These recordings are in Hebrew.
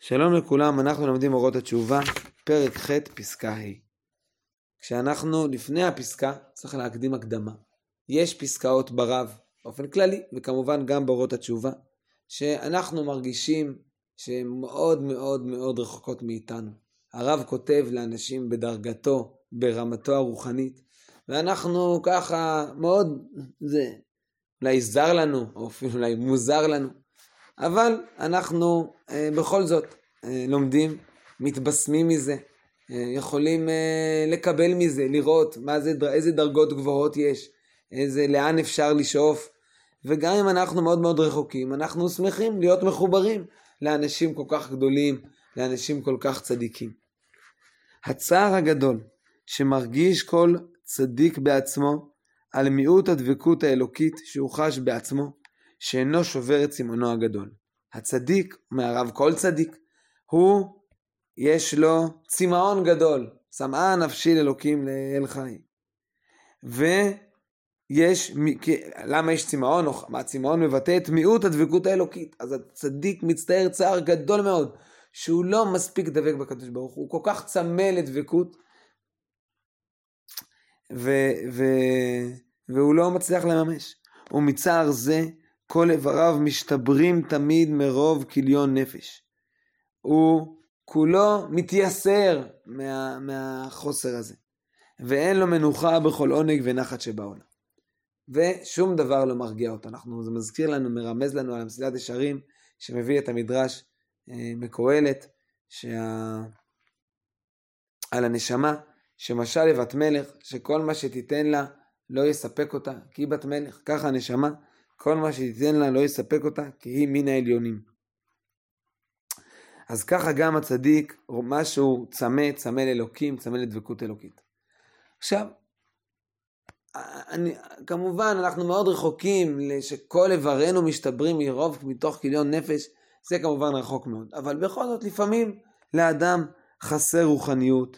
שלום לכולם, אנחנו לומדים אורות התשובה, פרק ח' פסקה ה'. כשאנחנו לפני הפסקה, צריך להקדים הקדמה. יש פסקאות ברב, באופן כללי, וכמובן גם באורות התשובה, שאנחנו מרגישים שהן מאוד מאוד מאוד רחוקות מאיתנו. הרב כותב לאנשים בדרגתו, ברמתו הרוחנית, ואנחנו ככה מאוד, זה אולי זר לנו, או אפילו אולי מוזר לנו, אבל אנחנו בכל זאת לומדים, מתבשמים מזה, יכולים לקבל מזה, לראות איזה דרגות גבוהות יש, לאן אפשר לשאוף, וגם אם אנחנו מאוד מאוד רחוקים, אנחנו שמחים להיות מחוברים לאנשים כל כך גדולים, לאנשים כל כך צדיקים. הצער הגדול שמרגיש כל צדיק בעצמו על מיעוט הדבקות האלוקית שהוא חש בעצמו, שאינו שובר את צימונו הגדול. הצדיק, מהרב כל צדיק, יש לו צימאון גדול, צמאה נפשי לאלוקים לאל חי. למה יש צימאון? הצימאון מבטא את מיעוט הדבקות האלוקית. אז הצדיק מצטער צער גדול מאוד, שהוא לא מספיק דבק בקדוש ברוך הוא, כל כך צמא לדבקות, והוא לא מצליח לממש. ומצער זה, כל איבריו משתברים תמיד מרוב כליון נפש. הוא כולו מתייסר מהחוסר הזה. ואין לו מנוחה בכל עונג ונחת שבעולם. ושום דבר לא מרגיע אותו. זה מזכיר לנו, מרמז לנו על המסילת ישרים, שמביא את המדרש מקהלת, על הנשמה, שמשל לבת מלך, שכל מה שתיתן לה לא יספק אותה, כי היא בת מלך. ככה הנשמה, כל מה שתיתן לה לא יספק אותה, כי היא מן העליונים. אז ככה גם הצדיק, משהו צמא לאלוקים, צמא לדבקות אלוקית. עכשיו, כמובן אנחנו מאוד רחוקים, שכל איברנו משתברים מתוך כליון נפש, זה כמובן רחוק מאוד. אבל בכל זאת לפעמים לאדם חסר רוחניות,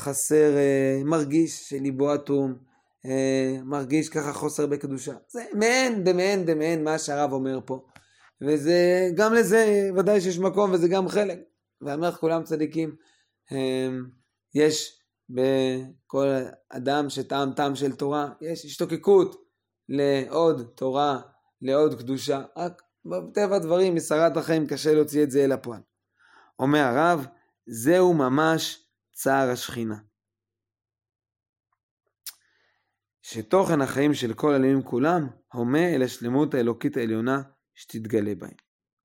מרגיש שליבו אטום, מרגיש ככה חוסר בקדושה. זה מעין מה שהרב אומר פה. וזה גם לזה ודאי שיש מקום, וזה גם חלק. ואומר כולם צדיקים, יש בכל אדם שטעם של תורה, יש השתוקקות לעוד תורה, לעוד קדושה. רק בטבע הדברים, מסערת החיים קשה להוציא את זה אל הפועל. אומר הרב, זהו ממש צער השכינה. שתוכן החיים של כל הלמים כולם, הומה אל השלמות האלוקית העליונה שתתגלה בהם.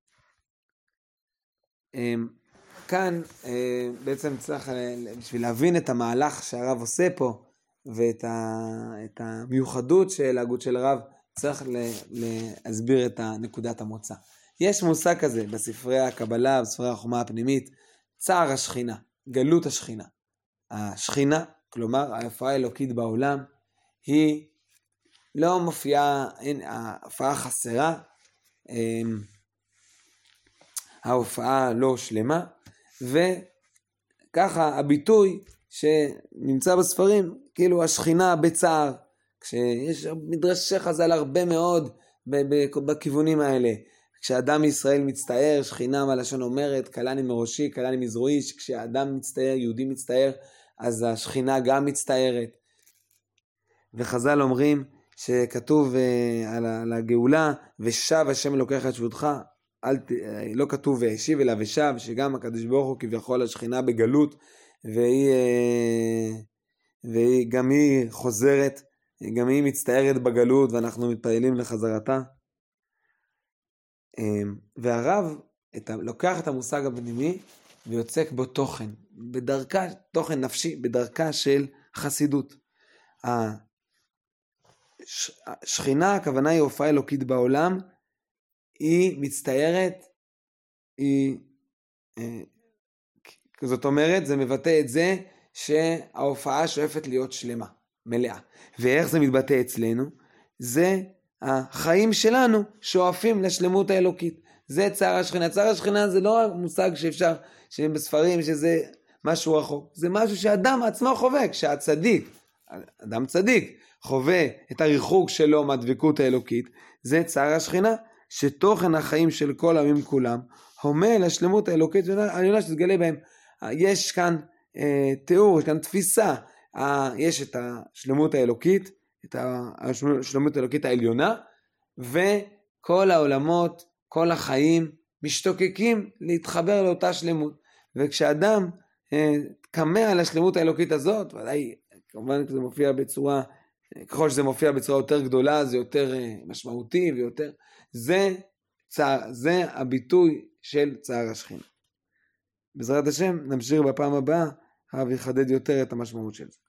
כאן בעצם צריך, בשביל להבין את המהלך שהרב עושה פה, ואת המיוחדות של ההגות של הרב, צריך להסביר את נקודת המוצא. יש מושג כזה בספרי הקבלה, בספרי החוכמה הפנימית, צער השכינה, גלות השכינה. השכינה, כלומר ההופעה האלוקית בעולם, היא לא מופיעה, ההופעה חסרה, ההופעה לא שלמה, וככה הביטוי שנמצא בספרים, כאילו השכינה בצער, כשיש מדרשי חז"ל הרבה מאוד בכיוונים האלה, כשאדם מישראל מצטער, שכינה מהלשון אומרת, קלני מראשי, קלני מזרועי, כשאדם מצטער, יהודי מצטער, אז השכינה גם מצטערת. וחז"ל אומרים שכתוב על הגאולה, ושב השם אלוקיך את שבותך, לא כתוב והשיב אלא ושב, שגם הקדוש ברוך הוא כביכול השכינה בגלות, וגם היא חוזרת, גם היא מצטערת בגלות, ואנחנו מתפעלים לחזרתה. והרב לוקח את המושג הפנימי, ויוצק בו תוכן, תוכן נפשי, בדרכה של חסידות. השכינה, הכוונה היא הופעה אלוקית בעולם, היא מצטערת, זאת אומרת, זה מבטא את זה שההופעה שואפת להיות שלמה, מלאה. ואיך זה מתבטא אצלנו? זה החיים שלנו שואפים לשלמות האלוקית. זה צער השכינה. צער השכינה זה לא מושג שאפשר, שבספרים שזה משהו רחוק. זה משהו שאדם עצמו חווה, כשהצדיק, אדם צדיק, חווה את הריחוק שלו מהדבקות האלוקית, זה צער השכינה, שתוכן החיים של כל העמים כולם, הומה לשלמות האלוקית העליונה שתגלה בהם. יש כאן תיאור, יש כאן תפיסה, יש את השלמות האלוקית, את השלמות האלוקית העליונה, וכל העולמות, כל החיים משתוקקים להתחבר לאותה שלמות. וכשאדם קמא על השלמות האלוקית הזאת, ודאי כמובן זה מופיע בצורה, ככל שזה מופיע בצורה יותר גדולה, זה יותר משמעותי ויותר, זה הביטוי של צער השכינה. בעזרת השם נמשיך בפעם הבאה, ויחדד יותר את המשמעות של זה.